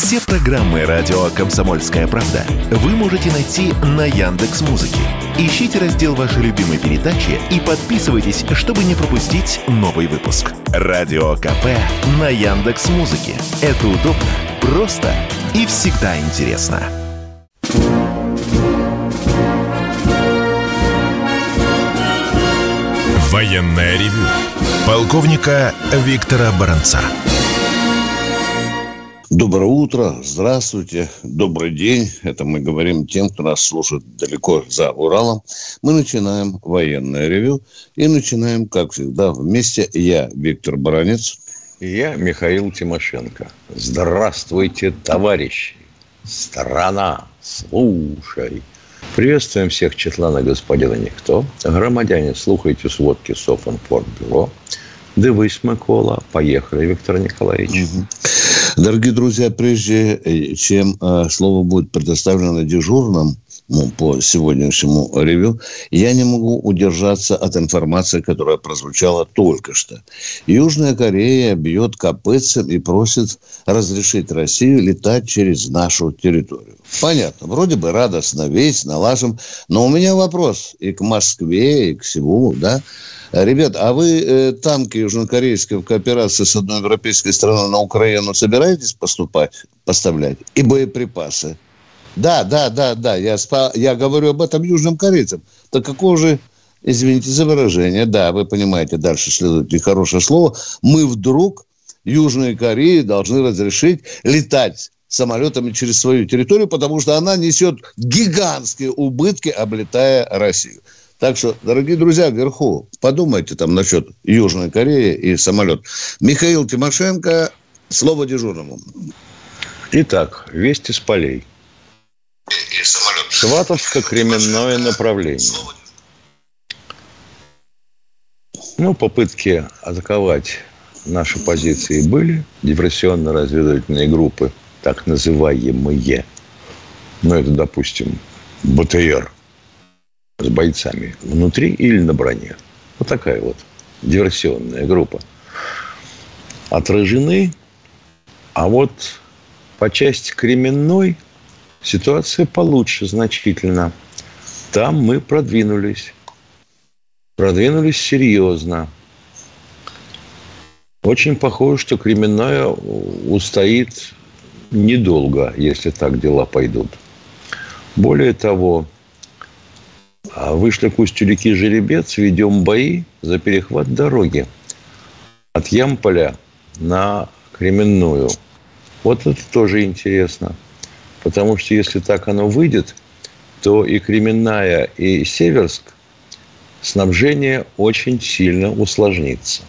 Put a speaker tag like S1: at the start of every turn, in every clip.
S1: Все программы радио «Комсомольская правда» вы можете найти на Яндекс.Музыке. Ищите раздел вашей любимой передачи и подписывайтесь, чтобы не пропустить новый выпуск. Радио КП на Яндекс.Музыке. Это удобно, просто и всегда интересно. Военное ревю полковника Виктора Баранца.
S2: Доброе утро, здравствуйте, добрый день. Это мы говорим тем, кто нас слушает далеко за Уралом. Мы начинаем военное ревю и начинаем, как всегда, вместе. Я Виктор Баранец.
S3: И я Михаил Тимошенко. Здравствуйте, товарищи. Страна, слушай. Приветствуем всех Четлана господина Никто. Громадяне, слухайте сводки Софинформбюро. Дивись, Микола. Поехали, Виктор Николаевич.
S2: Дорогие друзья, прежде чем слово будет предоставлено дежурным по сегодняшнему ревью, я не могу удержаться от информации, которая прозвучала только что. Южная Корея бьет копытцем и просит разрешить Россию летать через нашу территорию. Понятно, вроде бы радостно, весело, налажем, но у меня вопрос и к Москве, и к Сеулу, да? Ребят, а вы танки южнокорейские в кооперации с одной европейской страной на Украину собираетесь поставлять? И боеприпасы? Да, я говорю об этом южным корейцам. Так какого же, извините за выражение, да, вы понимаете, дальше следует нехорошее слово, мы вдруг Южной Корее должны разрешить летать самолетами через свою территорию, потому что она несет гигантские убытки, облетая Россию. Так что, дорогие друзья, вверху, подумайте там насчет Южной Кореи и самолет. Михаил Тимошенко, слово дежурному.
S3: Итак, весть из полей. Сватовско-Кременное направление. Попытки атаковать наши позиции были. Диверсионно-разведывательные группы, так называемые. Это, допустим, БТР с бойцами внутри или на броне. Вот такая вот диверсионная группа. Отражены. А вот по части Кременной ситуация получше значительно. Там мы продвинулись. Продвинулись серьезно. Очень похоже, что Кременная устоит недолго, если так дела пойдут. Более того, вышли к устью реки Жеребец, ведем бои за перехват дороги от Ямполя на Кременную. Вот это тоже интересно. Потому что если так оно выйдет, то и Кременная, и Северск снабжение очень сильно усложнится.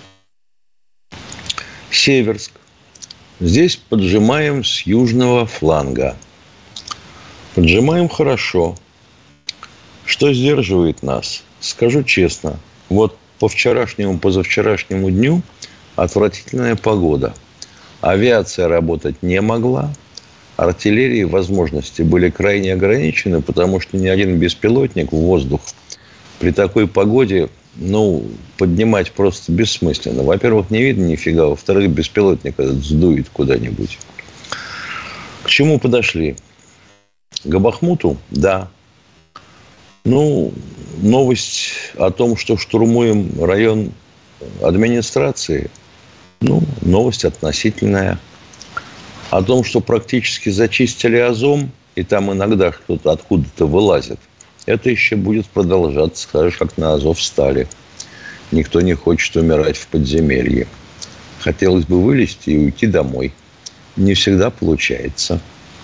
S3: Северск. Здесь поджимаем с южного фланга. Поджимаем хорошо. Что сдерживает нас? Скажу честно. Вот по вчерашнему, позавчерашнему дню отвратительная погода. Авиация работать не могла. Артиллерии возможности были крайне ограничены, потому что ни один беспилотник в воздух при такой погоде, поднимать просто бессмысленно. Во-первых, не видно нифига. Во-вторых, беспилотник этот сдует куда-нибудь. К чему подошли? К Бахмуту? Да. Новость о том, что штурмуем район администрации, новость относительная. О том, что практически зачистили Азов, и там иногда кто-то откуда-то вылазит, это еще будет продолжаться, как на Азов встали. Никто не хочет умирать в подземелье. Хотелось бы вылезти и уйти домой. Не всегда получается.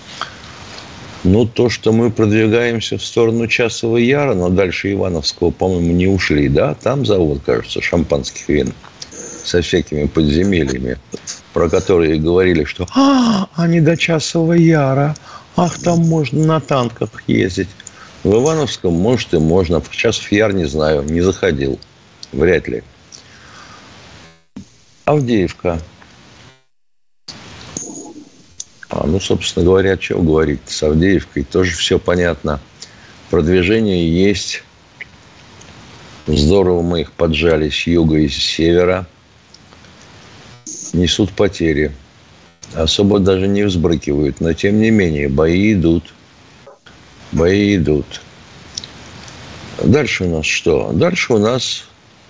S3: То, что мы продвигаемся в сторону Часового Яра, но дальше Ивановского, по-моему, не ушли, да? Там завод, кажется, шампанских вин со всякими подземельями, про которые говорили, что они до Часового Яра, там можно на танках ездить. В Ивановском, может, и можно. В Часов Яр не знаю, не заходил. Вряд ли. Авдеевка. Собственно говоря, чего говорить с Авдеевкой, тоже все понятно. Продвижение есть. Здорово мы их поджали с юга и с севера. Несут потери. особо даже не взбрыкивают. Но, тем не менее, бои идут. Бои идут. Дальше у нас что? Дальше у нас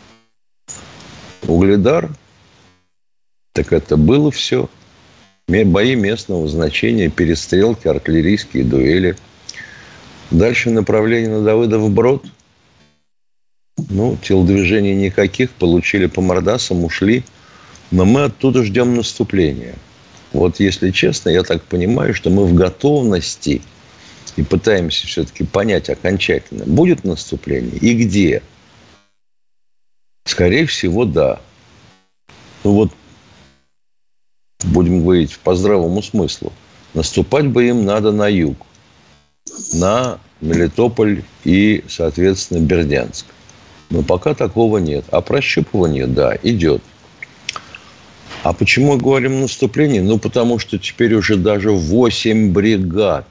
S3: Угледар. Так это было все. Бои местного значения, перестрелки, артиллерийские дуэли. Дальше направление на Давыдов-Брод. Телодвижений никаких. Получили по мордасам, ушли. Но мы оттуда ждем наступления. Вот если честно, я так понимаю, что мы в готовности и пытаемся все-таки понять окончательно, будет наступление и где. Скорее всего, да. Будем говорить по здравому смыслу. Наступать бы им надо на юг. На Мелитополь и, соответственно, Бердянск. Но пока такого нет. А прощупывание, да, идет. А почему говорим наступление? Потому что теперь уже даже 8 бригад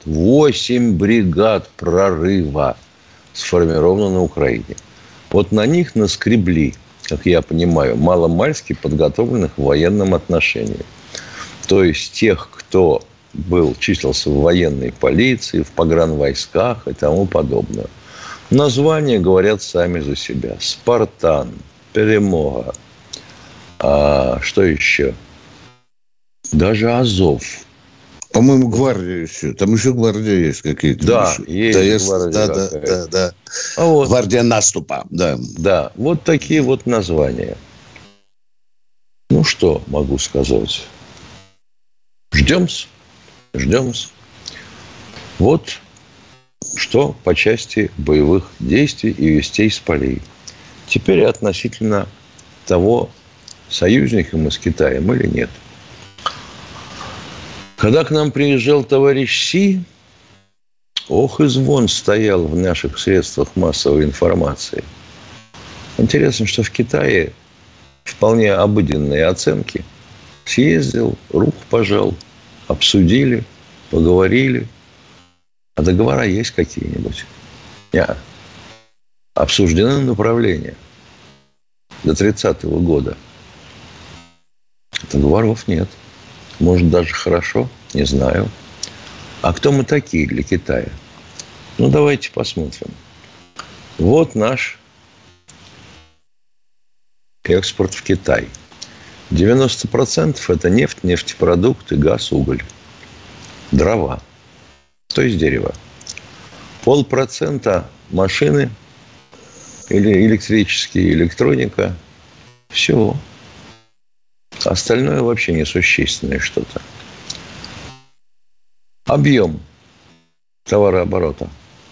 S3: прорыва сформировано на Украине. Вот на них наскребли, как я понимаю, маломальски подготовленных в военном отношении. То есть тех, кто числился в военной полиции, в погранвойсках и тому подобное. Названия говорят сами за себя. Спартан, Перемога. А что еще? Даже Азов.
S2: По-моему, гвардия еще. Там еще гвардия есть какие-то.
S3: Да, есть гвардия.
S2: Да. Гвардия наступа. Да.
S3: Да, вот такие вот названия. Что могу сказать? Ждем-с. Вот что по части боевых действий и вестей с полей. Теперь относительно того, союзником мы с Китаем или нет. Когда к нам приезжал товарищ Си, ох и звон стоял в наших средствах массовой информации. Интересно, что в Китае вполне обыденные оценки. Съездил, руку пожал, обсудили, поговорили. А договора есть какие-нибудь? Нет. Обсуждены направления до 30-го года. Договоров нет. Может, даже хорошо, не знаю. А кто мы такие для Китая? Давайте посмотрим. Вот наш экспорт в Китай. 90% это нефть, нефтепродукты, газ, уголь. Дрова. То есть дерево. 0,5% машины или электрические, электроника. Всего. Остальное вообще несущественное что-то. Объем товарооборота.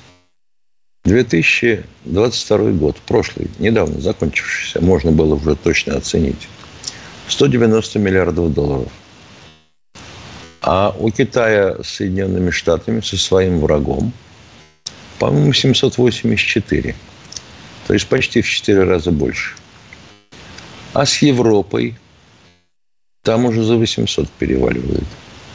S3: 2022 год, прошлый, недавно закончившийся, можно было уже точно оценить. 190 миллиардов долларов. А у Китая с Соединенными Штатами, со своим врагом, по-моему, 784. То есть почти в 4 раза больше. А с Европой там уже за 800 переваливает.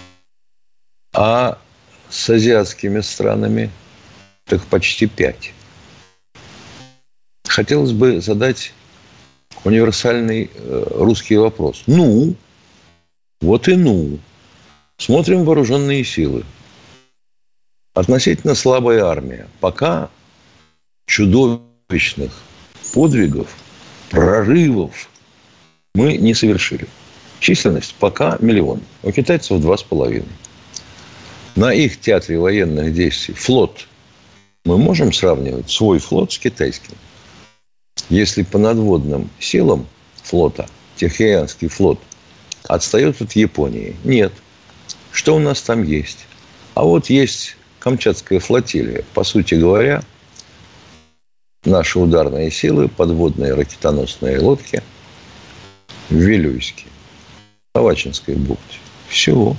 S3: А с азиатскими странами так почти 5. Хотелось бы задать универсальный русский вопрос. Вот и Смотрим вооруженные силы. Относительно слабая армия. Пока чудовищных подвигов, прорывов мы не совершили. Численность пока 1 миллион. У китайцев 2,5. На их театре военных действий флот. Мы можем сравнивать свой флот с китайским. Если по надводным силам флота, Тихоокеанский флот, отстает от Японии? Нет. Что у нас там есть? А вот есть Камчатская флотилия. По сути говоря, наши ударные силы, подводные ракетоносные лодки в Вилюйске, в Авачинской бухте. Все.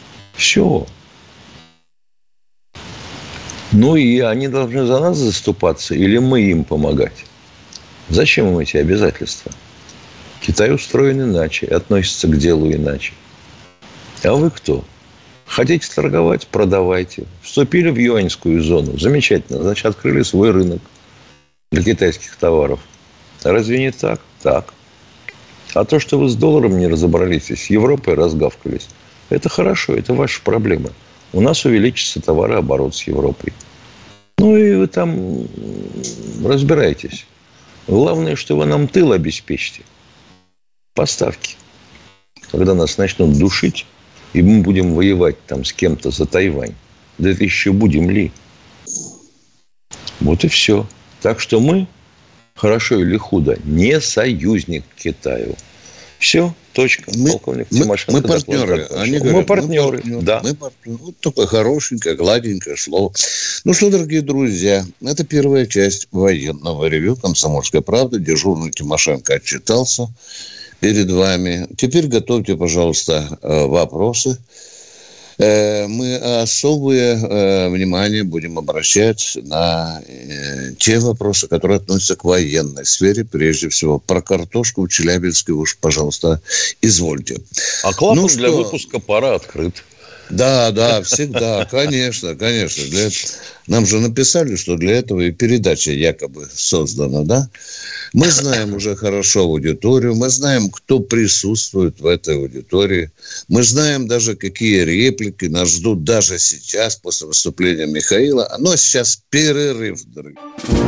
S3: И они должны за нас заступаться, или мы им помогать? Зачем им эти обязательства? Китай устроен иначе, относится к делу иначе. А вы кто? Хотите торговать? Продавайте. Вступили в юаньскую зону. Замечательно. Значит, открыли свой рынок для китайских товаров. Разве не так? Так. А то, что вы с долларом не разобрались, с Европой разгавкались, Это хорошо, это ваши проблемы. У нас увеличится товарооборот с Европой. Ну и вы там разбирайтесь. Главное, что вы нам тыл обеспечите. Поставки. Когда нас начнут душить, и мы будем воевать там с кем-то за Тайвань. Да это еще будем ли? Вот и все. Так что мы, хорошо или худо, не союзник Китаю. Все, точка. Полковник Тимошенко.
S2: Мы партнеры. Они говорят,
S3: мы партнеры. Да.
S2: Мы партнеры. Вот такое хорошенькое, гладенькое слово. Ну что, дорогие друзья, это первая часть военного ревью «Комсомольская правда». Дежурный Тимошенко отчитался перед вами. Теперь готовьте, пожалуйста, вопросы. Мы особое внимание будем обращать на те вопросы, которые относятся к военной сфере, прежде всего. Про картошку в Челябинске уж, пожалуйста, извольте.
S3: А клапан для выпуска пара открыт.
S2: Да, всегда, конечно. Нам же написали, что для этого и передача якобы создана, да? Мы знаем уже хорошо аудиторию, мы знаем, кто присутствует в этой аудитории, мы знаем даже, какие реплики нас ждут даже сейчас, после выступления Михаила. Но сейчас перерыв, дорогие.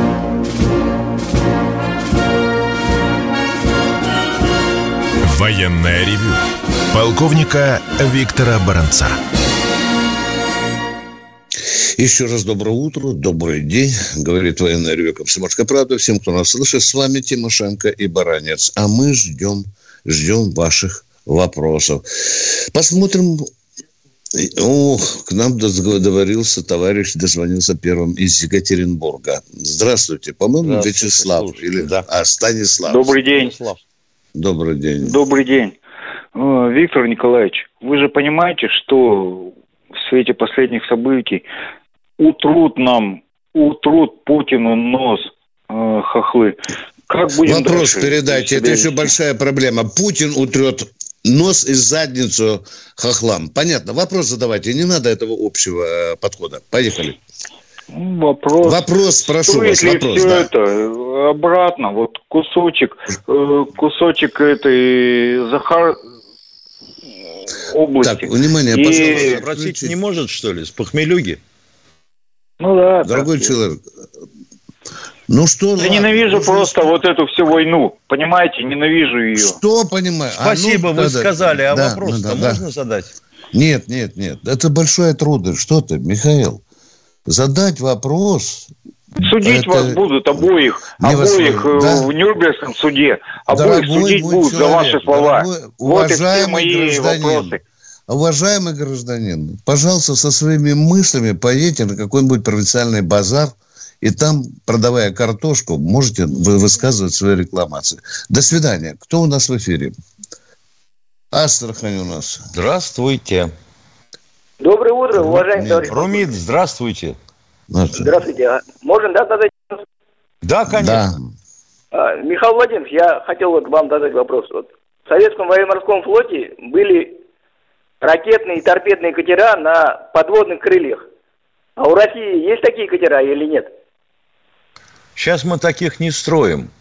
S1: Военное ревю полковника Виктора Баранца.
S2: Еще раз доброе утро, добрый день, говорит военное ревю «Комсомольская правда». Всем, кто нас слышит, с вами Тимошенко и Баранец. А мы ждем ваших вопросов. Посмотрим. К нам дозвонился товарищ, дозвонился первым из Екатеринбурга. Здравствуйте. По-моему, Вячеслав. Станислав.
S4: Добрый день.
S2: Добрый день.
S4: Добрый день. Виктор Николаевич, вы же понимаете, что в свете последних событий утрут Путину нос хохлы. Как будем
S2: Вопрос
S4: дальше
S2: передайте. Это еще большая проблема. Путин утрет нос и задницу хохлам. Понятно. Вопрос задавайте. Не надо этого общего подхода. Поехали. Вопрос, прошу вас. Вопрос,
S4: да. Это обратно. Вот кусочек этой Захар области.
S2: Так, внимание, пожалуйста.
S3: Обратить не может, что ли, с похмелюги?
S4: Ну да.
S2: Дорогой человек. Ну что?
S4: Я ненавижу просто вот эту всю войну. Понимаете, ненавижу ее.
S2: Что понимаю?
S3: Спасибо, вы сказали. А вопрос-то можно задать?
S2: Нет. Это большая трудность. Что ты, Михаил? Задать вопрос...
S4: Судить вас будут обоих в Нюрнбергском суде. Обоих судить будут за ваши слова. Вот и все мои вопросы.
S2: Уважаемый гражданин, пожалуйста, со своими мыслями поедете на какой-нибудь провинциальный базар, и там, продавая картошку, можете высказывать свои рекламации. До свидания. Кто у нас в эфире? Астрахань у нас.
S3: Здравствуйте.
S5: Доброе утро, уважаемый товарищ.
S3: Румит, здравствуйте.
S5: Здравствуйте. Можно, задать вопрос?
S3: Да, конечно.
S5: Да. Михаил Владимирович, я хотел вам задать вопрос. В Советском военно-морском флоте были ракетные и торпедные катера на подводных крыльях. А у России есть такие катера или нет?
S3: Сейчас мы таких не строим.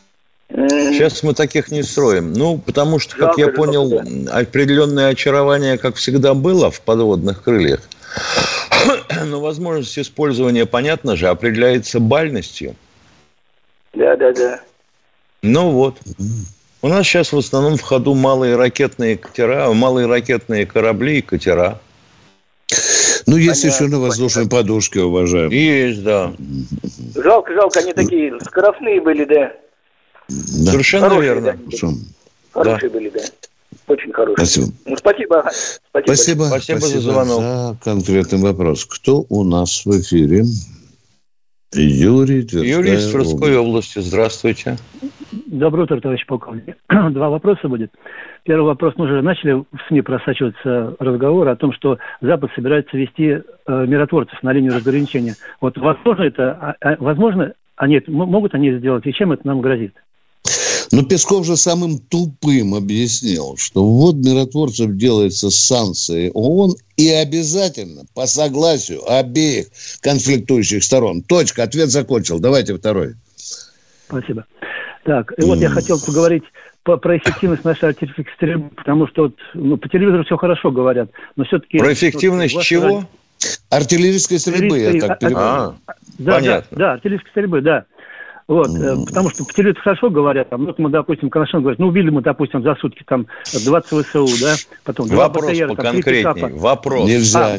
S3: Ну, потому что, как я понял, определенное очарование, как всегда, было в подводных крыльях. Но возможность использования, понятно же, определяется бальностью.
S5: Да.
S3: Ну вот. У нас сейчас в основном в ходу малые ракетные корабли и катера.
S2: Ну, есть еще на воздушной подушке, уважаемые.
S3: Есть, да.
S5: Жалко, они такие скоростные были, да.
S3: Совершенно хорошие, верно.
S5: Да. Хорошие были, да. Очень хорошие.
S2: Спасибо.
S5: Ну, спасибо.
S3: Спасибо за звонок.
S2: За конкретный вопрос. Кто у нас в эфире? Юрий
S3: из Тверской области. Здравствуйте.
S6: Доброе утро, товарищ полковник. Два вопроса будет. Первый вопрос. Мы уже начали в СМИ просачиваться разговоры о том, что Запад собирается вести миротворцев на линию разграничения. Вот возможно это, могут они это сделать, и чем это нам грозит?
S2: Но Песков же самым тупым объяснил, что ввод миротворцев делается с санкцией ООН и обязательно по согласию обеих конфликтующих сторон. Точка. Ответ закончил. Давайте второй.
S6: Спасибо. Так, и вот я хотел поговорить про эффективность нашей артиллерийской стрельбы, потому что по телевизору все хорошо говорят, но все-таки...
S3: Про эффективность чего?
S2: Артиллерийской стрельбы, я так понимаю.
S6: Да, артиллерийской стрельбы, да. Вот, потому что по телевизору хорошо говорят, мы, допустим, конечно, говорят, убили мы, допустим, за сутки 20 ВСУ, да, потом 2 БТР,
S3: поконкретней, вопрос.
S2: Нельзя.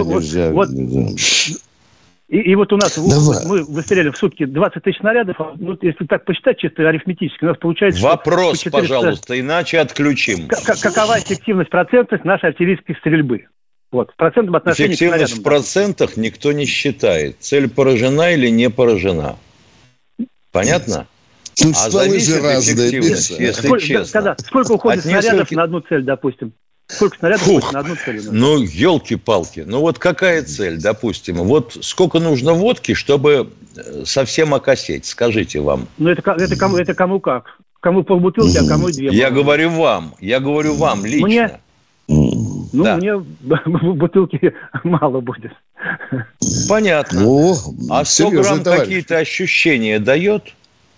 S6: И вот у нас, мы выстреляли в сутки 20 тысяч снарядов, если так посчитать чисто арифметически, у нас получается...
S3: Вопрос, пожалуйста, иначе отключим.
S6: Какова эффективность, процентность нашей артиллерийской стрельбы? В процентном отношении
S3: эффективность в процентах никто не считает. Цель поражена или не поражена. Понятно?
S2: А зависит эффективность,
S3: если честно.
S6: Сколько уходит снарядов на одну цель, допустим? Сколько снарядов уходит на одну цель?
S3: Елки-палки. Какая цель, допустим? Вот сколько нужно водки, чтобы совсем окосеть? Скажите вам.
S6: Это кому как? Кому полбутылки, а кому 2.
S3: Я говорю вам лично.
S6: Мне бутылки мало будет.
S3: Понятно. А 100 грамм какие-то ощущения дает?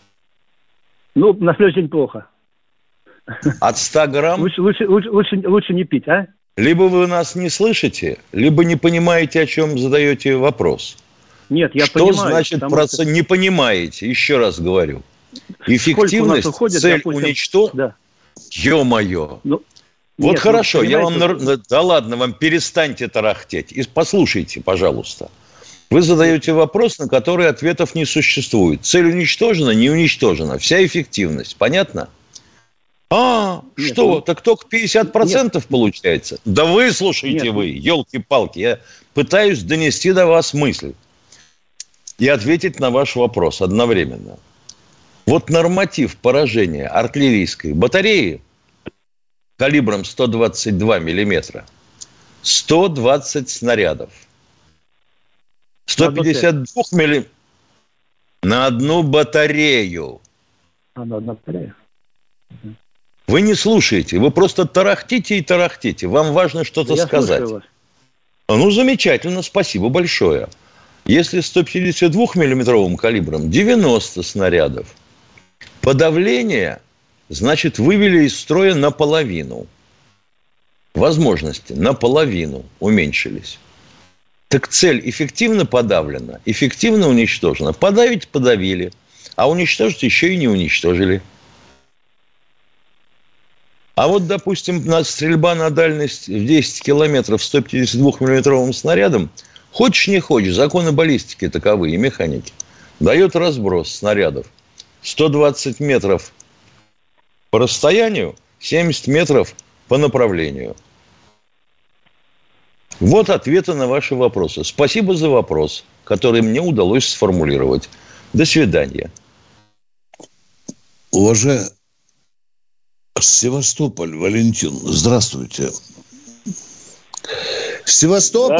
S6: На следующий день плохо.
S3: От 100 грамм?
S6: Лучше не пить, а?
S3: Либо вы нас не слышите, либо не понимаете, о чем задаете вопрос.
S6: Нет, я
S3: понимаю. Что значит процент? Не понимаете, еще раз говорю. Эффективность, цель уничтожить? Да. Ё-моё. Вот хорошо, я вам... Да ладно, вам перестаньте тарахтеть. И послушайте, пожалуйста. Вы задаете вопрос, на который ответов не существует. Цель уничтожена, не уничтожена. Вся эффективность. Понятно? Так только 50% получается? Да выслушайте вы, елки-палки. Я пытаюсь донести до вас мысль. И ответить на ваш вопрос одновременно. Вот норматив поражения артиллерийской батареи калибром 122 миллиметра. 120 снарядов. 152 миллиметров на одну батарею.
S6: На одну батарею.
S3: Вы не слушаете, вы просто тарахтите и тарахтите. Вам важно что-то сказать. Замечательно, спасибо большое. Если 152-миллиметровым калибром 90 снарядов, подавление, значит, вывели из строя наполовину. Возможности наполовину уменьшились. Так цель эффективно подавлена, эффективно уничтожена. Подавить подавили, а уничтожить еще и не уничтожили. А вот, допустим, стрельба на дальность в 10 километров 152-миллиметровым снарядом, хочешь не хочешь, законы баллистики таковы и механики, дает разброс снарядов 120 метров по расстоянию, 70 метров по направлению. Вот ответы на ваши вопросы. Спасибо за вопрос, который мне удалось сформулировать. До свидания.
S2: Уважаемый Севастополь, Валентин, здравствуйте. Севастополь!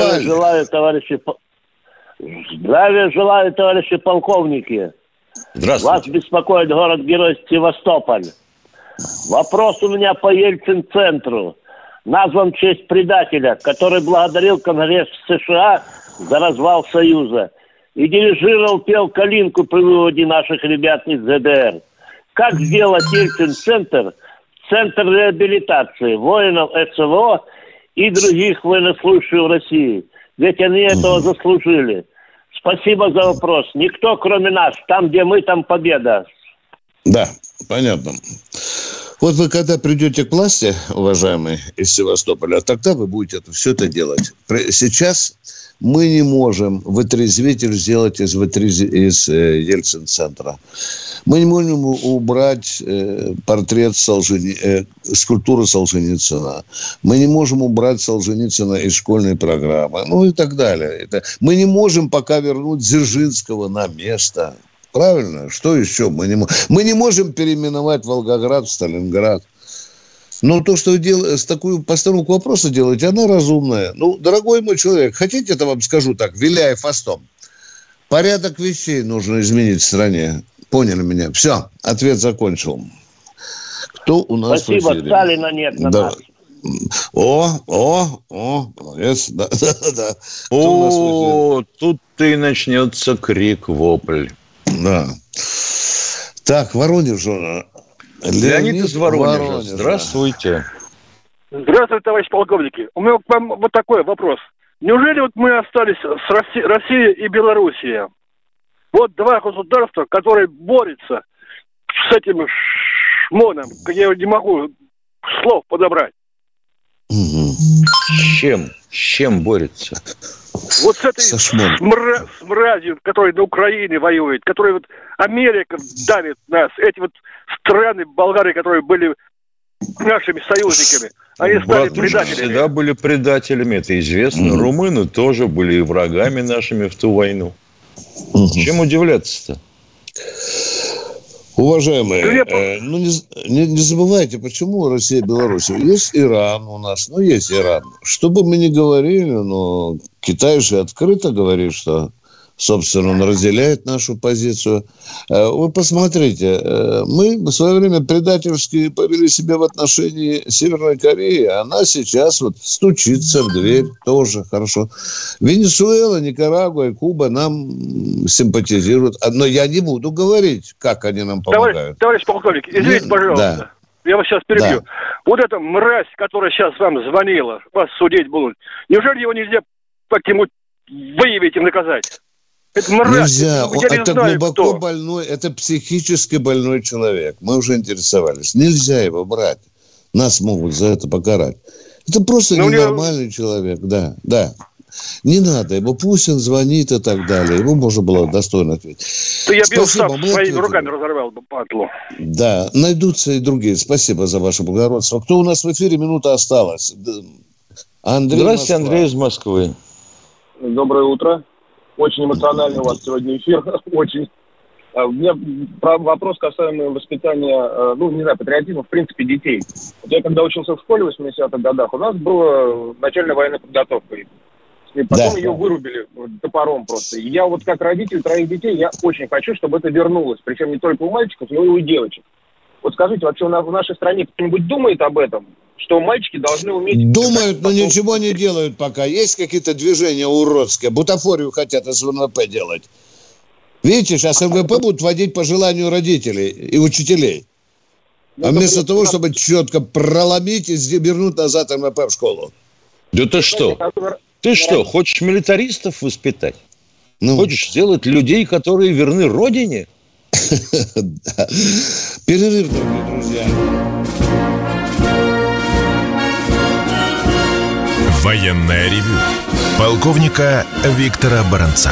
S7: Здравия желаю, товарищи полковники.
S3: Здравствуйте.
S7: Вас беспокоит город-герой Севастополь. Вопрос у меня по Ельцин-центру. Назван в честь предателя, который благодарил Конгресс США за развал Союза и дирижировал, пел калинку при выводе наших ребят из ГДР. Как сделать Ельцин-центр центр реабилитации воинов СВО и других военнослужащих в России? Ведь они этого заслужили. Спасибо за вопрос. Никто, кроме нас. Там, где мы, там победа.
S2: Да, понятно. Вот вы когда придете к власти, уважаемые из Севастополя, тогда вы будете все это делать. Сейчас мы не можем вытрезвитель сделать из Ельцин-центра. Мы не можем убрать портрет скульптуры Солженицына. Мы не можем убрать Солженицына из школьной программы. И так далее. Мы не можем пока вернуть Дзержинского на место. Правильно? Что еще? Мы не можем переименовать Волгоград в Сталинград. Но то, что вы такую постановку вопроса делаете, она разумная. Дорогой мой человек, хотите, это вам скажу так, виляя фастом. Порядок вещей нужно изменить в стране. Поняли меня? Все, ответ закончил. Кто у нас в эфире?
S7: Спасибо, Сталина нет на нас.
S2: Молодец. Да.
S3: Тут-то и начнется крик-вопль.
S2: Да. Так, Воронеж.
S3: Леонид из Воронежа. Здравствуйте.
S8: Здравствуйте, товарищ полковники. У меня к вам вот такой вопрос. Неужели вот мы остались с Россией и Белоруссией? Вот два государства, которые борются с этим шмоном. Я не могу слов подобрать.
S3: С чем борются?
S8: Вот с этой мразью, которая на Украине воюет, которая вот Америка давит нас, эти вот страны, Болгарии, которые были нашими союзниками, они стали предателями.
S3: Всегда были предателями, это известно. Румыны тоже были врагами нашими в ту войну. Чем удивляться-то?
S2: Уважаемые, не забывайте, почему Россия и Беларусь. Есть Иран у нас, есть Иран. Что бы мы ни говорили, но Китай же открыто говорит, что, собственно, он разделяет нашу позицию. Вы посмотрите, мы в свое время предательски повели себя в отношении Северной Кореи. Она сейчас вот стучится в дверь, тоже хорошо. Венесуэла, Никарагуа и Куба нам симпатизируют. Но я не буду говорить, как они нам помогают.
S8: Товарищ полковник, извините, пожалуйста. Да. Я вас сейчас перебью. Да. Вот эта мразь, которая сейчас вам звонила, вас судить будут. Неужели его нельзя как-нибудь выявить и наказать? Это мразь.
S2: Нельзя. Это глубоко больной, это психически больной человек. Мы уже интересовались. Нельзя его брать. Нас могут за это покарать. Это просто ненормальный человек. Да. Не надо его. Пусть он звонит и так далее. Ему можно было достойно ответить.
S8: Я бы его сам своими руками разорвал бы падлу.
S2: Да, найдутся и другие. Спасибо за ваше благородство. Кто у нас в эфире? Минута осталась.
S3: Андрей. Здравствуйте, Андрей из Москвы.
S9: Доброе утро. Очень эмоциональный у вас сегодня эфир. Очень. У меня вопрос касаемо воспитания, патриотизма, в принципе, детей. Вот я когда учился в школе в 80-х годах, у нас была начальная военная подготовка. И потом ее вырубили топором просто. И я вот как родитель 3 детей, я очень хочу, чтобы это вернулось. Причем не только у мальчиков, но и у девочек. Вот скажите, вообще в нашей стране кто-нибудь думает об этом? Что мальчики должны уметь...
S2: Думают, но ничего не делают пока. Есть какие-то движения уродские. Бутафорию хотят из НВП делать. Видите, сейчас НВП будут вводить по желанию родителей и учителей. А вместо того, чтобы четко проломить и вернуть назад НВП в школу.
S3: Да ты что? Ты что, хочешь милитаристов воспитать? Хочешь сделать людей, которые верны Родине?
S2: Перерыв, дорогие друзья.
S1: Военное ревю полковника Виктора Баранца.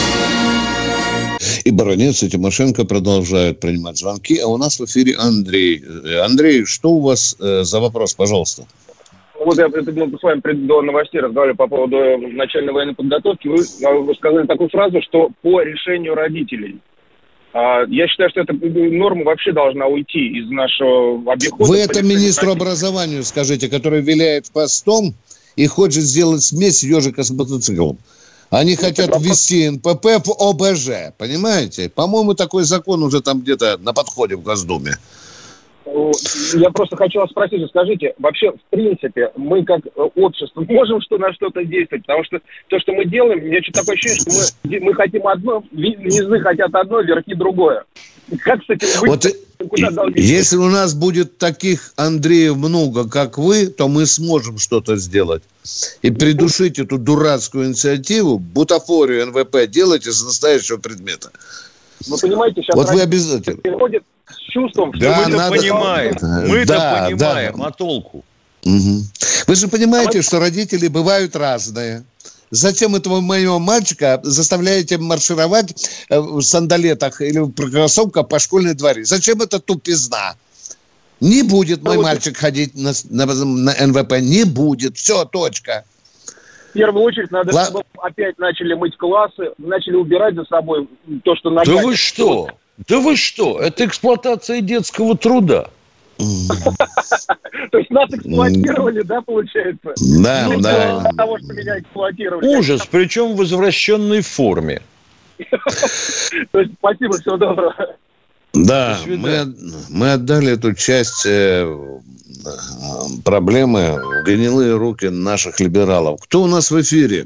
S2: И Баранец, и Тимошенко продолжают принимать звонки. А у нас в эфире Андрей. Андрей, что у вас за вопрос, пожалуйста?
S9: Вот мы с вами до новостей разговаривали по поводу начальной военной подготовки. Вы сказали такую фразу, что по решению родителей. Я считаю, что эта норма вообще должна уйти из нашего обихода.
S2: Вы это министру образования скажите, который виляет постом и хочет сделать смесь ежика с мотоциклом. Они хотят ввести НПП в ОБЖ, понимаете? По-моему, такой закон уже там где-то на подходе в Госдуме.
S9: Я просто хочу вас спросить, скажите, вообще, в принципе, мы как общество можем на что-то действовать? Потому что то, что мы делаем, у меня что-то такое ощущение, что мы хотим одно, низы хотят одно, верхи другое. Как с этим быть?
S2: Если у нас будет таких Андреев много, как вы, то мы сможем что-то сделать. И придушить эту дурацкую инициативу, бутафорию НВП делать из настоящего предмета.
S9: Вы понимаете, сейчас
S2: вот вы обязательно
S9: переходит с чувством, что
S3: мы-то понимаем. Мы-то понимаем, а толку?
S2: Угу. Вы же понимаете, что родители бывают разные. Зачем этого моего мальчика заставляете маршировать в сандалетах или в кроссовках по школьной дворе? Зачем это тупизна? Не будет мой мальчик ходить на НВП. Не будет. Все, точка.
S9: В первую очередь надо, чтобы опять начали мыть классы, начали убирать за собой то, что нагадит.
S3: Да вы что? Да вы что? Это эксплуатация детского труда.
S9: То есть нас эксплуатировали, да, получается?
S2: Да, да.
S9: Того, что меня эксплуатировали.
S3: Ужас, причем в возвращенной форме.
S9: То есть спасибо, всего доброго.
S2: Да, мы отдали эту часть проблемы в гнилые руки наших либералов. Кто у нас в эфире?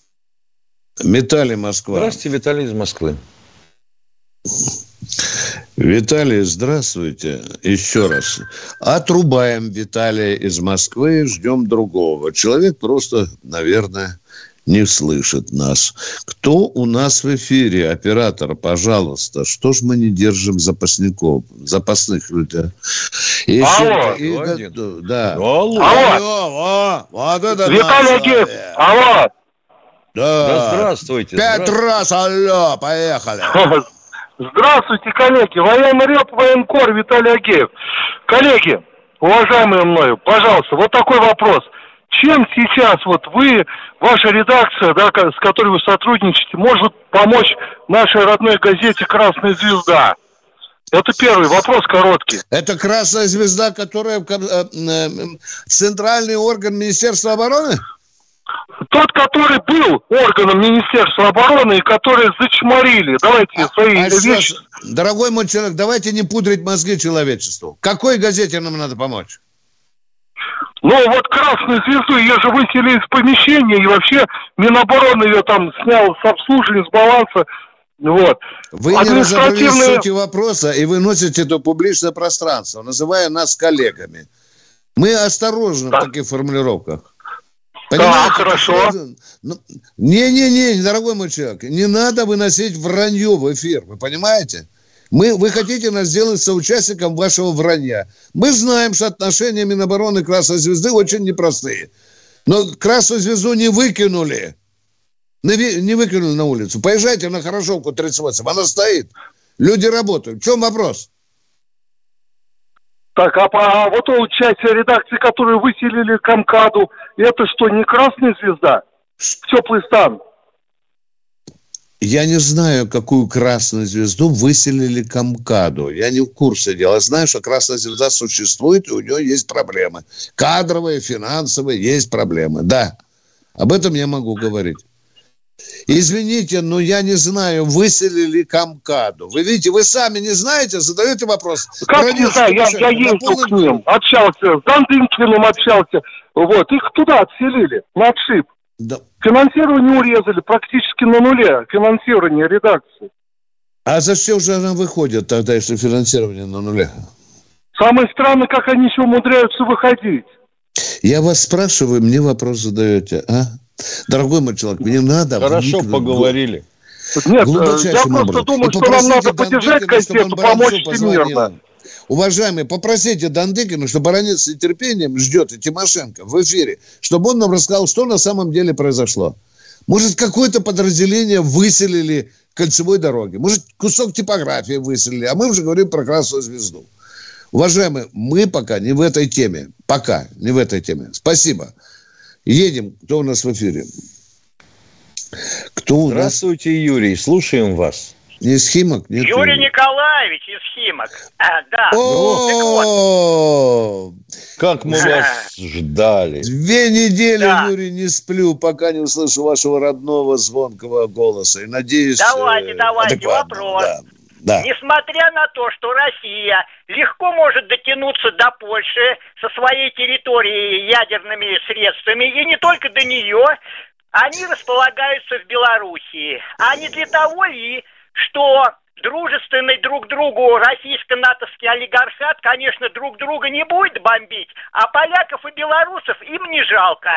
S2: Виталий, Москва.
S3: Здравствуйте, Виталий из Москвы.
S2: Виталий, здравствуйте. Еще раз. Отрубаем Виталия из Москвы, ждем другого. Человек просто, наверное, не слышит нас. Кто у нас в эфире? Оператор, пожалуйста. Что ж мы не держим запасных людей?
S4: Алло.
S2: Да.
S4: Алло.
S2: Вот это
S4: Виталий Агеев. Алло.
S2: Да.
S3: Здравствуйте.
S2: 5 раз, алло, поехали.
S8: Здравствуйте, коллеги. Военный реп, военкор Виталий Агеев. Коллеги, уважаемые мною, пожалуйста, вот такой вопрос. Чем сейчас вот вы, ваша редакция, да, с которой вы сотрудничаете, может помочь нашей родной газете «Красная звезда»? Это первый вопрос короткий.
S2: Это «Красная звезда», которая центральный орган Министерства обороны?
S8: Тот, который был органом Министерства обороны и который зачморили. Давайте свои вещи.
S2: Дорогой мой человек, давайте не пудрить мозги человечеству. Какой газете нам надо помочь?
S8: Ну, вот «Красную звезду», ее же выселили из помещения, и вообще Минобороны ее там снял с обслуживания, с баланса. Вот.
S2: Вы не разобрались в сути вопроса и выносите это в публичное пространство, называя нас коллегами. Мы осторожны в таких формулировках. Понимаете?
S8: Да, хорошо.
S2: Не, дорогой мой человек, не надо выносить вранье в эфир, вы понимаете? Вы хотите нас сделать соучастником вашего вранья. Мы знаем, что отношения Минобороны и Красной Звезды очень непростые. Но Красную Звезду не выкинули. Не выкинули на улицу. Поезжайте на Хорошовку 38, она стоит. Люди работают. В чем вопрос?
S8: Так, а вот часть редакции, которую выселили к МКАДу, это что, не «Красная звезда»? Теплый стан.
S2: Я не знаю, какую «Красную звезду» выселили к МКАДу. Я не в курсе дела. Знаю, что «Красная звезда» существует, и у нее есть проблемы. Кадровые, финансовые, есть проблемы. Да, об этом я могу говорить. Извините, но я не знаю, выселили к МКАДу. Вы видите, вы сами не знаете, задаете вопрос.
S8: Как не знаю, я ездил к ним, общался, с Дандынкиным общался. Вот, их туда отселили, на отшиб.
S2: Да.
S8: Финансирование урезали практически на нуле, финансирование редакции.
S2: А зачем же она выходит тогда, если финансирование на нуле?
S8: Самое странное, как они еще умудряются выходить.
S2: Я вас спрашиваю, мне вопрос задаете, а? Дорогой мой человек, мне надо...
S3: Хорошо поговорили.
S8: Нет, я просто думаю, что нам надо поддержать газету, помочь всемирно.
S2: Уважаемые, попросите Дандыкина, что баронец с нетерпением ждет и Тимошенко в эфире, чтобы он нам рассказал, что на самом деле произошло. Может, какое-то подразделение выселили кольцевой дороги. Может, кусок типографии выселили. А мы уже говорим про Красную Звезду. Уважаемые, мы пока не в этой теме. Пока не в этой теме. Спасибо. Едем. Кто у нас в эфире?
S3: Здравствуйте, Юрий. Слушаем вас.
S2: Не из Химок? Нет,
S10: Юрий Николаевич из Химок. Да.
S3: Как мы вас ждали.
S2: 2 недели, Юрий, не сплю, пока не услышу вашего родного звонкого голоса. И надеюсь...
S10: Давайте, вопрос.
S2: Да.
S10: Несмотря на то, что Россия легко может дотянуться до Польши со своей территорией ядерными средствами, и не только до нее, они располагаются в Белоруссии. А не для того ли, что дружественный друг другу российско-натовский олигархат, конечно, друг друга не будет бомбить, а поляков и белорусов им не жалко.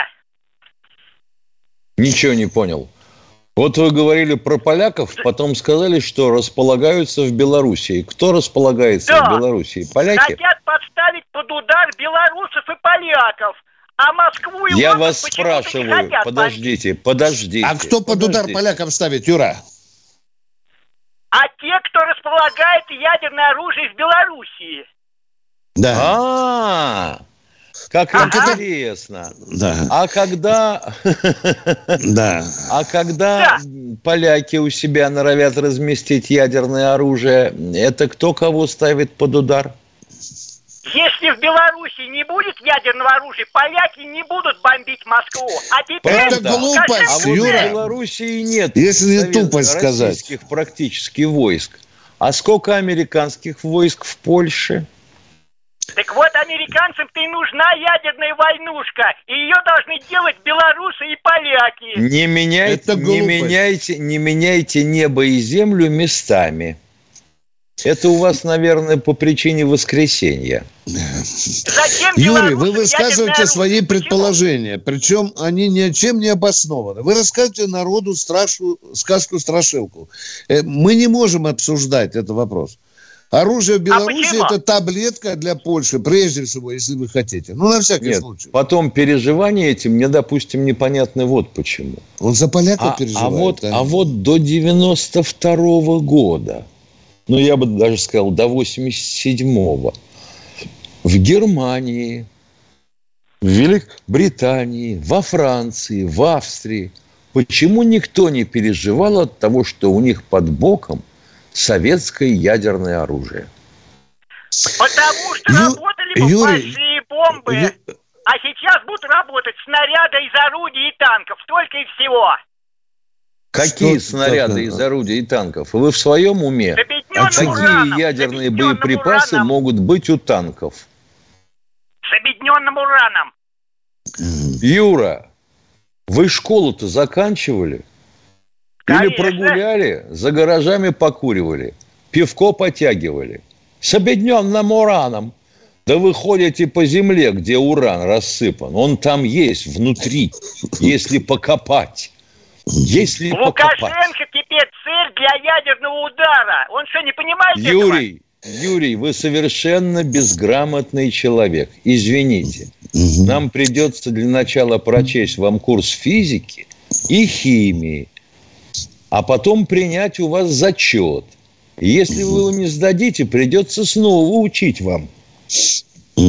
S3: Ничего не понял. Вот вы говорили про поляков, потом сказали, что располагаются в Белоруссии. Кто располагается в Белоруссии? Поляки?
S10: Хотят подставить под удар белорусов и поляков. А Москву и
S3: Я вас спрашиваю, подождите.
S2: А кто под удар полякам ставит, Юра?
S10: А те, кто располагает ядерное оружие в Белоруссии.
S2: Да.
S3: Как интересно.
S2: Да.
S3: А когда...
S2: Да.
S3: А когда поляки у себя норовят разместить ядерное оружие, это кто кого ставит под удар?
S10: Если в Беларуси не будет ядерного оружия, поляки не будут бомбить Москву. А теперь...
S2: Это глупость,
S3: а вот
S2: Юра.
S3: в Белоруссии нет.
S2: Если не тупость сказать.
S3: Российских практически войск. А сколько американских войск в Польше?
S10: Так вот, американцам-то и нужна ядерная войнушка. И ее должны делать белорусы и поляки.
S3: Не меняйте небо и землю местами. Это у вас, наверное, по причине воскресенья.
S2: Юрий, вы высказываете свои предположения, причем они ни о чем не обоснованы. Вы рассказываете народу сказку-страшилку. Мы не можем обсуждать этот вопрос. Оружие в Беларуси – это таблетка для Польши, прежде всего, если вы хотите. Ну, на всякий случай.
S3: Потом переживания эти мне, допустим, непонятно вот почему.
S2: Он за поляков переживает.
S3: А вот до 92-го года, ну, я бы даже сказал, до 87-го, в Германии, в Великобритании, во Франции, в Австрии, почему никто не переживал от того, что у них под боком советское ядерное оружие?
S10: Потому что работали бы большие бомбы, а сейчас будут работать снаряды из орудий и танков, только и всего.
S3: Какие снаряды из орудий и танков? Вы в своем уме? Какие ядерные боеприпасы могут быть у танков?
S10: С объединенным ураном.
S3: Юра, вы школу-то заканчивали? Конечно. Или прогуляли, за гаражами покуривали, пивко потягивали? С объединенным ураном. Да вы ходите по земле, где уран рассыпан. Он там есть, внутри, если покопать. Если
S10: Лукашенко теперь цель для ядерного удара. Он что, не понимает этого?
S3: Юрий, вы совершенно безграмотный человек. Извините. Нам придется для начала прочесть вам курс физики и химии, а потом принять у вас зачет. И если вы его не сдадите, придется снова учить вам. С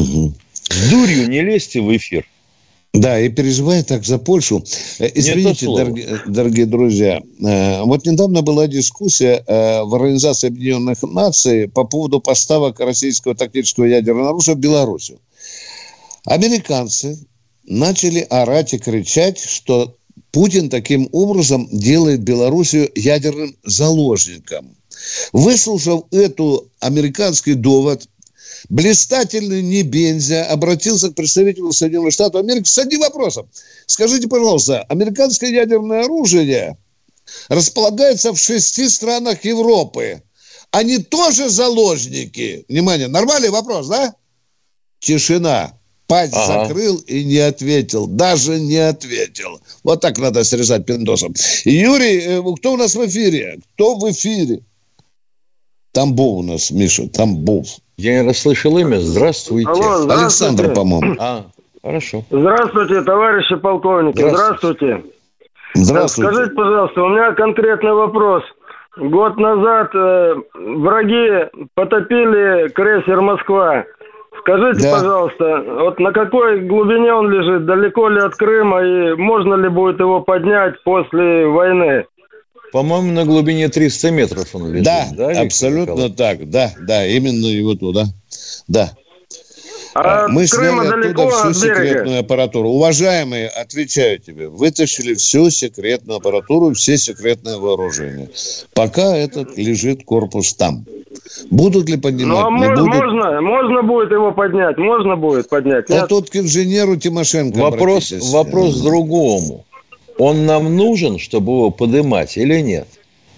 S3: дурью не лезьте в эфир.
S2: Да, и переживая так за Польшу. Извините, дорогие друзья, вот недавно была дискуссия в Организации Объединенных Наций по поводу поставок российского тактического ядерного оружия в Белоруссию. Американцы начали орать и кричать, что Путин таким образом делает Белоруссию ядерным заложником. Выслушав эту американский довод, блистательный Небензя обратился к представителю Соединенных Штатов Америки с одним вопросом. Скажите, пожалуйста, американское ядерное оружие располагается в 6 странах Европы. Они тоже заложники? Внимание, нормальный вопрос, да? Тишина. Пасть закрыл и не ответил. Даже не ответил. Вот так надо срезать пиндосом. Юрий, кто у нас в эфире? Кто в эфире? Тамбов у нас, Миша, Тамбов.
S3: Я не расслышал имя. Здравствуйте.
S11: Алло, здравствуйте.
S2: Александр, по-моему.
S3: Хорошо.
S11: Здравствуйте, товарищи полковники. Здравствуйте.
S2: Здравствуйте.
S11: Скажите, пожалуйста, у меня конкретный вопрос. Год назад враги потопили крейсер «Москва». Скажите, пожалуйста, вот на какой глубине он лежит, далеко ли от Крыма, и можно ли будет его поднять после войны?
S3: По-моему, на глубине 300 метров он лежит.
S2: Да, абсолютно так. Да, именно его туда. Да. Мы сняли оттуда всю секретную аппаратуру. Уважаемые, отвечаю тебе, вытащили всю секретную аппаратуру, все секретное вооружение. Пока этот лежит корпус там. Будут ли поднимать?
S11: Можно будет его поднять? Можно будет поднять?
S2: А тут к инженеру Тимошенко
S3: вопрос другому. Он нам нужен, чтобы его поднимать или нет?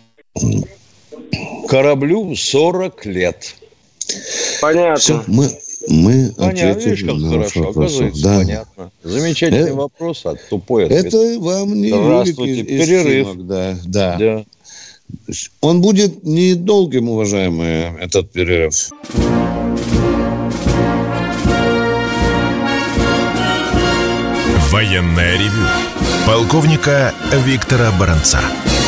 S3: Кораблю 40 лет.
S11: Понятно.
S2: Все, мы ответили
S3: на ваш вопрос. Да. Понятно. Замечательный вопрос, а тупой ответ.
S2: Это вам не
S3: Здравствуйте, перерыв.
S2: Да. Он будет недолгим, уважаемые, этот перерыв.
S1: Военное ревю полковника Виктора Баранца.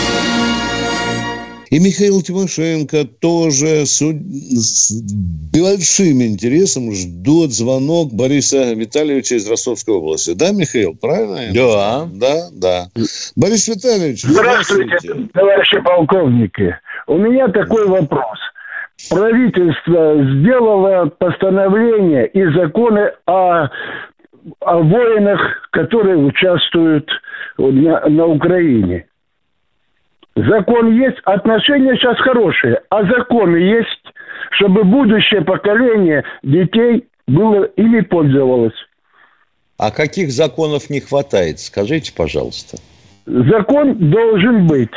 S2: И Михаил Тимошенко тоже с большим интересом ждет звонок Бориса Витальевича из Ростовской области. Да, Михаил, правильно? Да. Борис Витальевич,
S12: здравствуйте, товарищи полковники. У меня такой вопрос. Правительство сделало постановление и законы о воинах, которые участвуют на Украине. Закон есть, отношения сейчас хорошие, а законы есть, чтобы будущее поколение детей было ими пользовалось.
S3: А каких законов не хватает? Скажите, пожалуйста.
S12: Закон должен быть.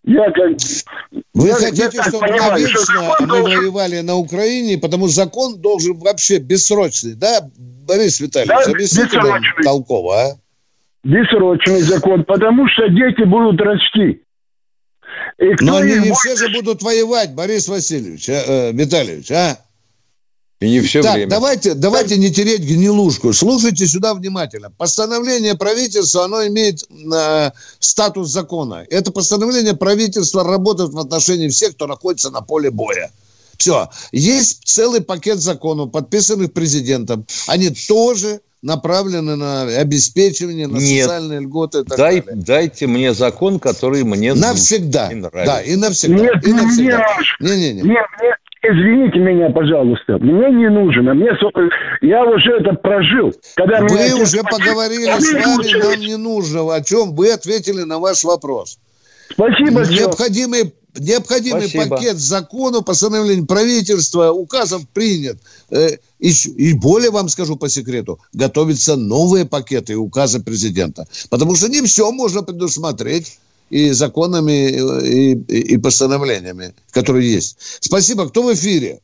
S2: Вы хотите, чтобы навечно мы воевали на Украине, потому что закон должен вообще бессрочный, да, Борис Витальевич? Да, объясните нам толково, а?
S12: Бессрочный закон, потому что дети будут расти.
S2: Но они не все же будут воевать, Борис Васильевич, Витальевич, а?
S3: И не все время.
S2: Давайте не тереть гнилушку. Слушайте сюда внимательно. Постановление правительства, оно имеет статус закона. Это постановление правительства работает в отношении всех, кто находится на поле боя. Все. Есть целый пакет законов, подписанных президентом. Они тоже направлены на обеспечивание, на социальные льготы и так далее.
S3: Дайте мне закон, который мне
S2: навсегда.
S3: Не нравится.
S2: Да, и навсегда.
S12: Нет,
S2: и навсегда.
S12: Нет, извините меня, пожалуйста. Мне не нужно. Я уже это прожил. Когда
S2: вы уже поговорили с вами, нам не нужно. О чем вы ответили на ваш вопрос.
S12: Спасибо.
S2: Необходимый пакет законов, постановлений правительства, указов принят. И более вам скажу по секрету, готовятся новые пакеты и указы президента. Потому что не все можно предусмотреть и законами, и постановлениями, которые есть. Спасибо. Кто в эфире?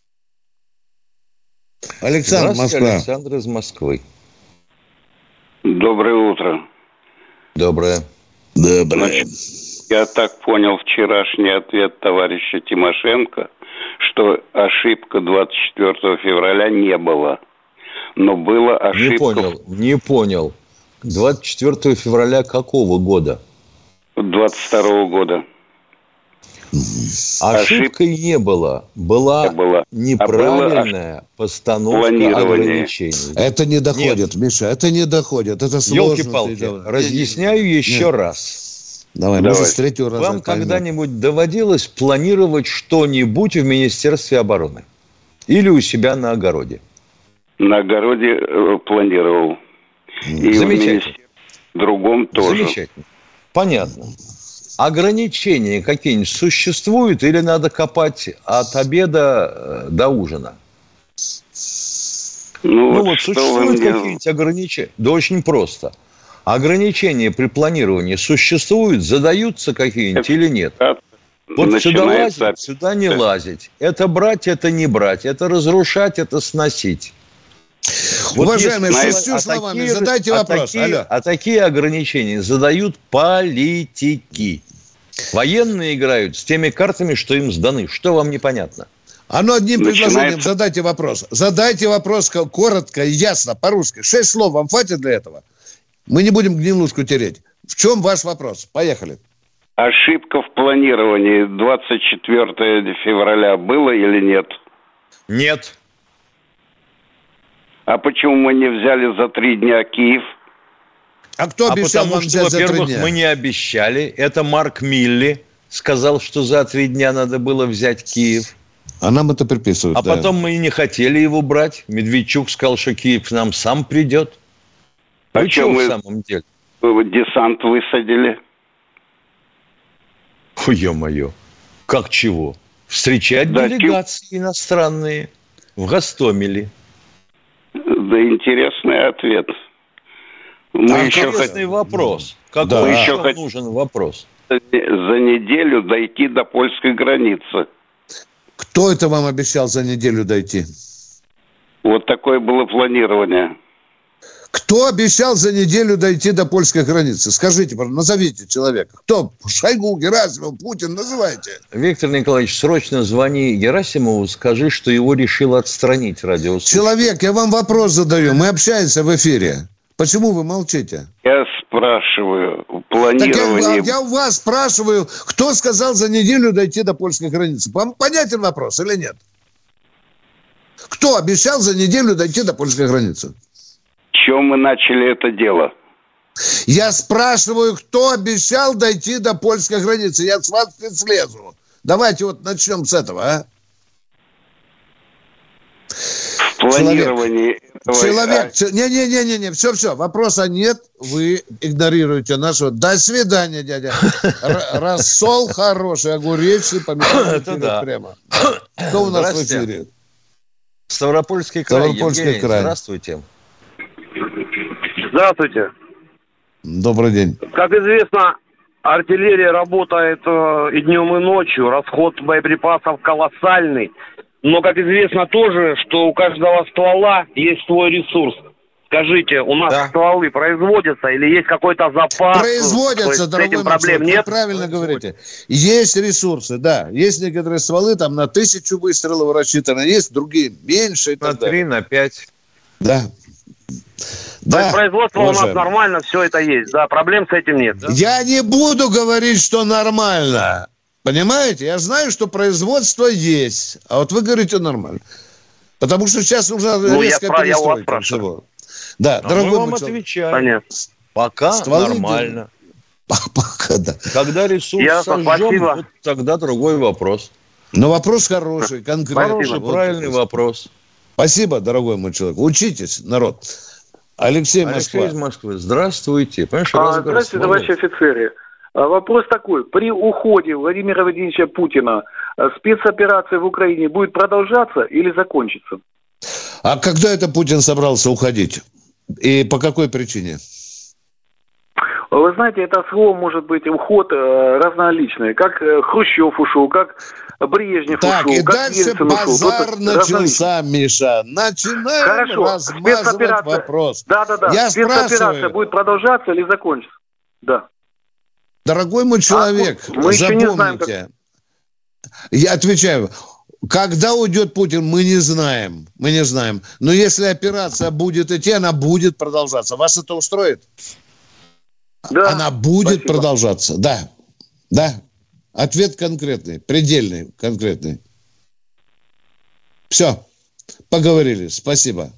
S2: Александр, Москва.
S3: Александр из Москвы.
S13: Доброе утро.
S3: Доброе.
S13: Я так понял вчерашний ответ товарища Тимошенко, что ошибка 24 февраля не было. Но была ошибка...
S3: Не понял. 24 февраля какого года?
S13: 22 года.
S3: Ошибкой не было. Была неправильная постановка ограничений.
S2: Это не доходит, Миша, это не доходит. Это сложно.
S3: Ёлки-палки, разъясняю еще раз.
S2: Давай. Может, с третьего раза.
S3: Вам когда-нибудь доводилось планировать что-нибудь в Министерстве обороны? Или у себя на огороде?
S13: На огороде планировал. И
S3: замечательно.
S13: В другом тоже.
S3: Замечательно. Понятно. Ограничения какие-нибудь существуют или надо копать от обеда до ужина? Вот существуют какие-нибудь ограничения? Да очень просто. Ограничения при планировании существуют, задаются какие-нибудь или нет? Вот сюда лазить, сюда не лазить. Это брать, это не брать. Это разрушать, это сносить.
S2: Уважаемые, 6 словами задайте вопрос.
S3: Такие ограничения задают политики. Военные играют с теми картами, что им сданы. Что вам непонятно?
S2: Одним предложением задайте вопрос. Задайте вопрос коротко и ясно, по-русски. 6 слов вам хватит для этого? Мы не будем гнилушку тереть. В чем ваш вопрос? Поехали.
S13: Ошибка в планировании 24 февраля было или нет?
S3: Нет.
S13: А почему мы не взяли за 3 дня Киев?
S2: А кто обещал вам взять за 3 дня?
S3: Во-первых, мы не обещали. Это Марк Милли сказал, что за 3 дня надо было взять Киев.
S2: А нам это приписывают.
S3: Потом мы и не хотели его брать. Медведчук сказал, что Киев к нам сам придет.
S13: А что в самом деле? Десант высадили.
S3: Фу, ё-моё. Как чего? Встречать делегации иностранные в Гостомеле.
S13: Да, интересный ответ.
S3: Интересный вопрос. Какой еще нужен вопрос?
S13: За неделю дойти до польской границы.
S2: Кто это вам обещал за неделю дойти?
S13: Вот такое было планирование.
S2: Кто обещал за неделю дойти до польской границы? Скажите, назовите человека. Кто? Шойгу, Герасимов, Путин, называйте.
S3: Виктор Николаевич, срочно звони Герасимову, скажи, что его решил отстранить радиослушатель.
S2: Человек, я вам вопрос задаю. Мы общаемся в эфире. Почему вы молчите?
S13: Я спрашиваю. Планирование...
S2: Я у вас спрашиваю, кто сказал за неделю дойти до польской границы? Вам понятен вопрос или нет? Кто обещал за неделю дойти до польской границы?
S13: С чего мы начали это дело?
S2: Я спрашиваю, кто обещал дойти до польской границы? Я с вас не слезу. Давайте вот начнем с этого, а?
S13: В планировании...
S2: Человек... Не-не-не, все, вопроса нет. Вы игнорируете нашего... До свидания, дядя. Рассол хороший, огуречный, помидоры прямо. Кто у нас в эфире?
S3: Ставропольский край. Евгений, здравствуйте.
S11: Здравствуйте.
S2: Добрый день.
S11: Как известно, артиллерия работает и днем, и ночью. Расход боеприпасов колоссальный. Но, как известно тоже, что у каждого ствола есть свой ресурс. Скажите, у нас стволы производятся или есть какой-то запас?
S2: Производятся, дорогой мой человек, нет? Вы правильно говорите. Есть ресурсы, да. Есть некоторые стволы, там на 1000 выстрелов рассчитаны, есть другие меньше и так далее.
S3: На 3, на 5.
S2: Да.
S11: То есть производство у нас нормально, все это есть, да, проблем с этим нет. Да?
S2: Я не буду говорить, что нормально. Понимаете? Я знаю, что производство есть. А вот вы говорите нормально. Потому что сейчас нужно резко перестройка всего. Да,
S3: дорогой мы вам отвечаем.
S11: Понятно.
S3: Пока стволы нормально.
S2: Пока, да.
S3: Когда ресурс сожжем, вот тогда другой вопрос.
S2: Но вопрос хороший, конкретный.
S3: Хороший, правильный вопрос.
S2: Спасибо, дорогой мой человек. Учитесь, народ. Алексей
S3: из Москвы. Здравствуйте.
S14: Здравствуйте, товарищи офицеры. Вопрос такой. При уходе Владимира Владимировича Путина спецоперация в Украине будет продолжаться или закончится?
S2: А когда это Путин собрался уходить? И по какой причине?
S14: Вы знаете, это слово может быть уход разноличный. Как Хрущев ушел, как Брежнев ушел,
S2: и
S14: как
S2: дальше
S14: Ельцин
S2: базар
S14: ушел.
S2: начался, Миша. Начинаем размазывать вопрос.
S14: Да. Спецоперация будет продолжаться или закончится? Да.
S2: Дорогой мой человек,
S14: мы еще не знаем, как...
S2: Я отвечаю. Когда уйдет Путин, мы не знаем. Но если операция будет идти, она будет продолжаться. Вас это устроит?
S14: Да.
S2: Она будет продолжаться. Да. Ответ конкретный, предельный, конкретный. Все. Поговорили. Спасибо.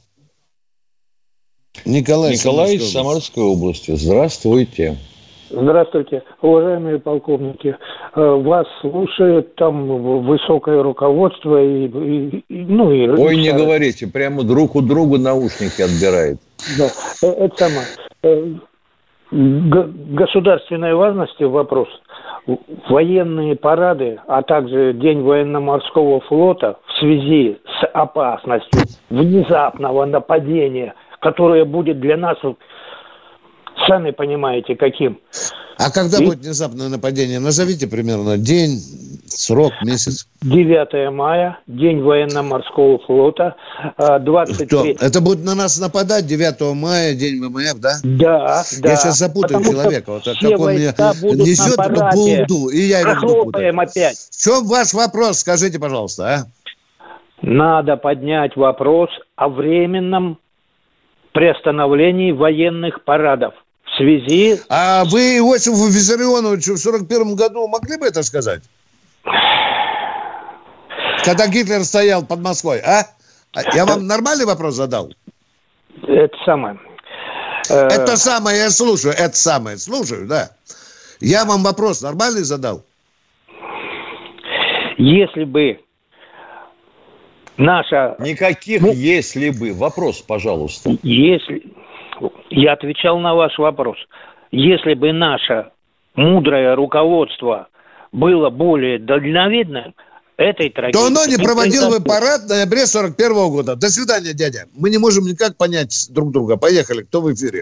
S2: Николай
S3: из Самарской области. Здравствуйте.
S15: Здравствуйте, уважаемые полковники. Вас слушает там высокое руководство и
S3: Ой, не говорите, прямо друг у друга наушники отбирает.
S15: Да, это самое. Государственной важности вопрос. Военные парады, а также День военно-морского флота в связи с опасностью внезапного нападения, которое будет для нас... Сами понимаете, каким.
S2: А когда будет внезапное нападение? Назовите примерно день, срок, месяц.
S15: 9 мая, День военно-морского флота, 23...
S2: Это будет на нас нападать 9 мая, День ВМФ, да?
S15: Да.
S2: Я сейчас запутаю человека. Вот как он меня несет эту булду, и я его буду путать.
S15: Опять.
S2: В чем ваш вопрос? Скажите, пожалуйста, а?
S15: Надо поднять вопрос о временном приостановлении военных парадов. В связи...
S2: А вы Иосифу Виссарионовичу в 1941 году могли бы это сказать? Когда Гитлер стоял под Москвой, а? Я вам нормальный вопрос задал?
S15: Это самое.
S2: Это самое, я слушаю. Это самое, слушаю, да. Я вам вопрос нормальный задал?
S15: Если бы наша...
S3: Никаких «если бы». Вопрос, пожалуйста.
S15: Я отвечал на ваш вопрос. Если бы наше мудрое руководство было более дальновидным, этой трагедии...
S2: То оно не проводило бы парад в ноябре 1941 года. До свидания, дядя. Мы не можем никак понять друг друга. Поехали. Кто в эфире?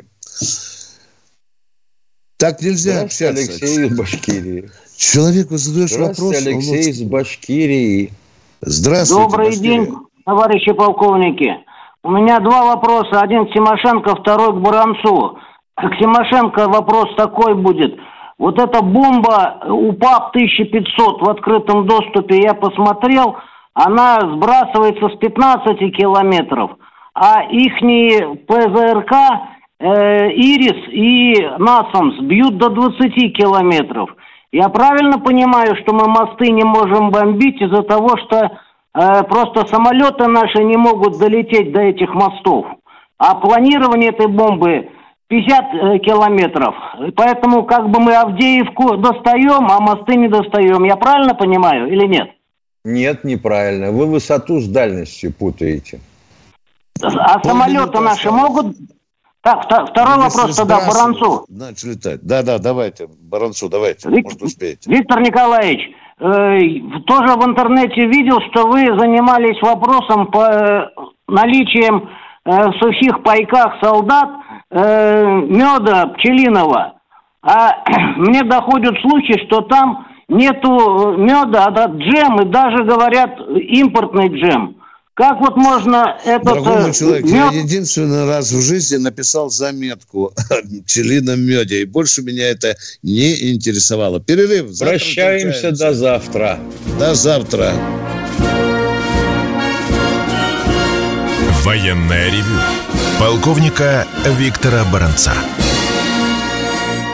S2: Так нельзя общаться.
S3: Алексей из Башкирии.
S2: Человеку задаешь вопрос...
S3: Алексей из Башкирии.
S2: Здравствуйте,
S16: Добрый день, товарищи полковники. У меня два вопроса. Один к Тимошенко, второй к Баранцу. К Тимошенко вопрос такой будет. Вот эта бомба УПАП-1500 в открытом доступе, я посмотрел, она сбрасывается с 15 километров, а ихние ПЗРК «Ирис» и «Насамс» бьют до 20 километров. Я правильно понимаю, что мы мосты не можем бомбить из-за того, что просто самолеты наши не могут долететь до этих мостов? А планирование этой бомбы 50 километров. Поэтому как бы мы Авдеевку достаем, а мосты не достаем. Я правильно понимаю или нет?
S3: Нет, неправильно. Вы высоту с дальностью путаете.
S16: А самолеты наши могут... Так, второй вопрос тогда Баранцу.
S2: Начали летать. Да, давайте. Баранцу, давайте. Может, успеете.
S16: Виктор Николаевич, тоже в интернете видел, что вы занимались вопросом по наличием в сухих пайках солдат меда пчелиного. А мне доходят случаи, что там нету меда, а джем, и даже говорят импортный джем. Как вот можно этот...
S2: Дорогой мой человек, я единственный раз в жизни написал заметку о пчелином меде, и больше меня это не интересовало. Перерыв.
S3: Прощаемся до завтра.
S2: До завтра.
S1: Военное ревю полковника Виктора Баранца.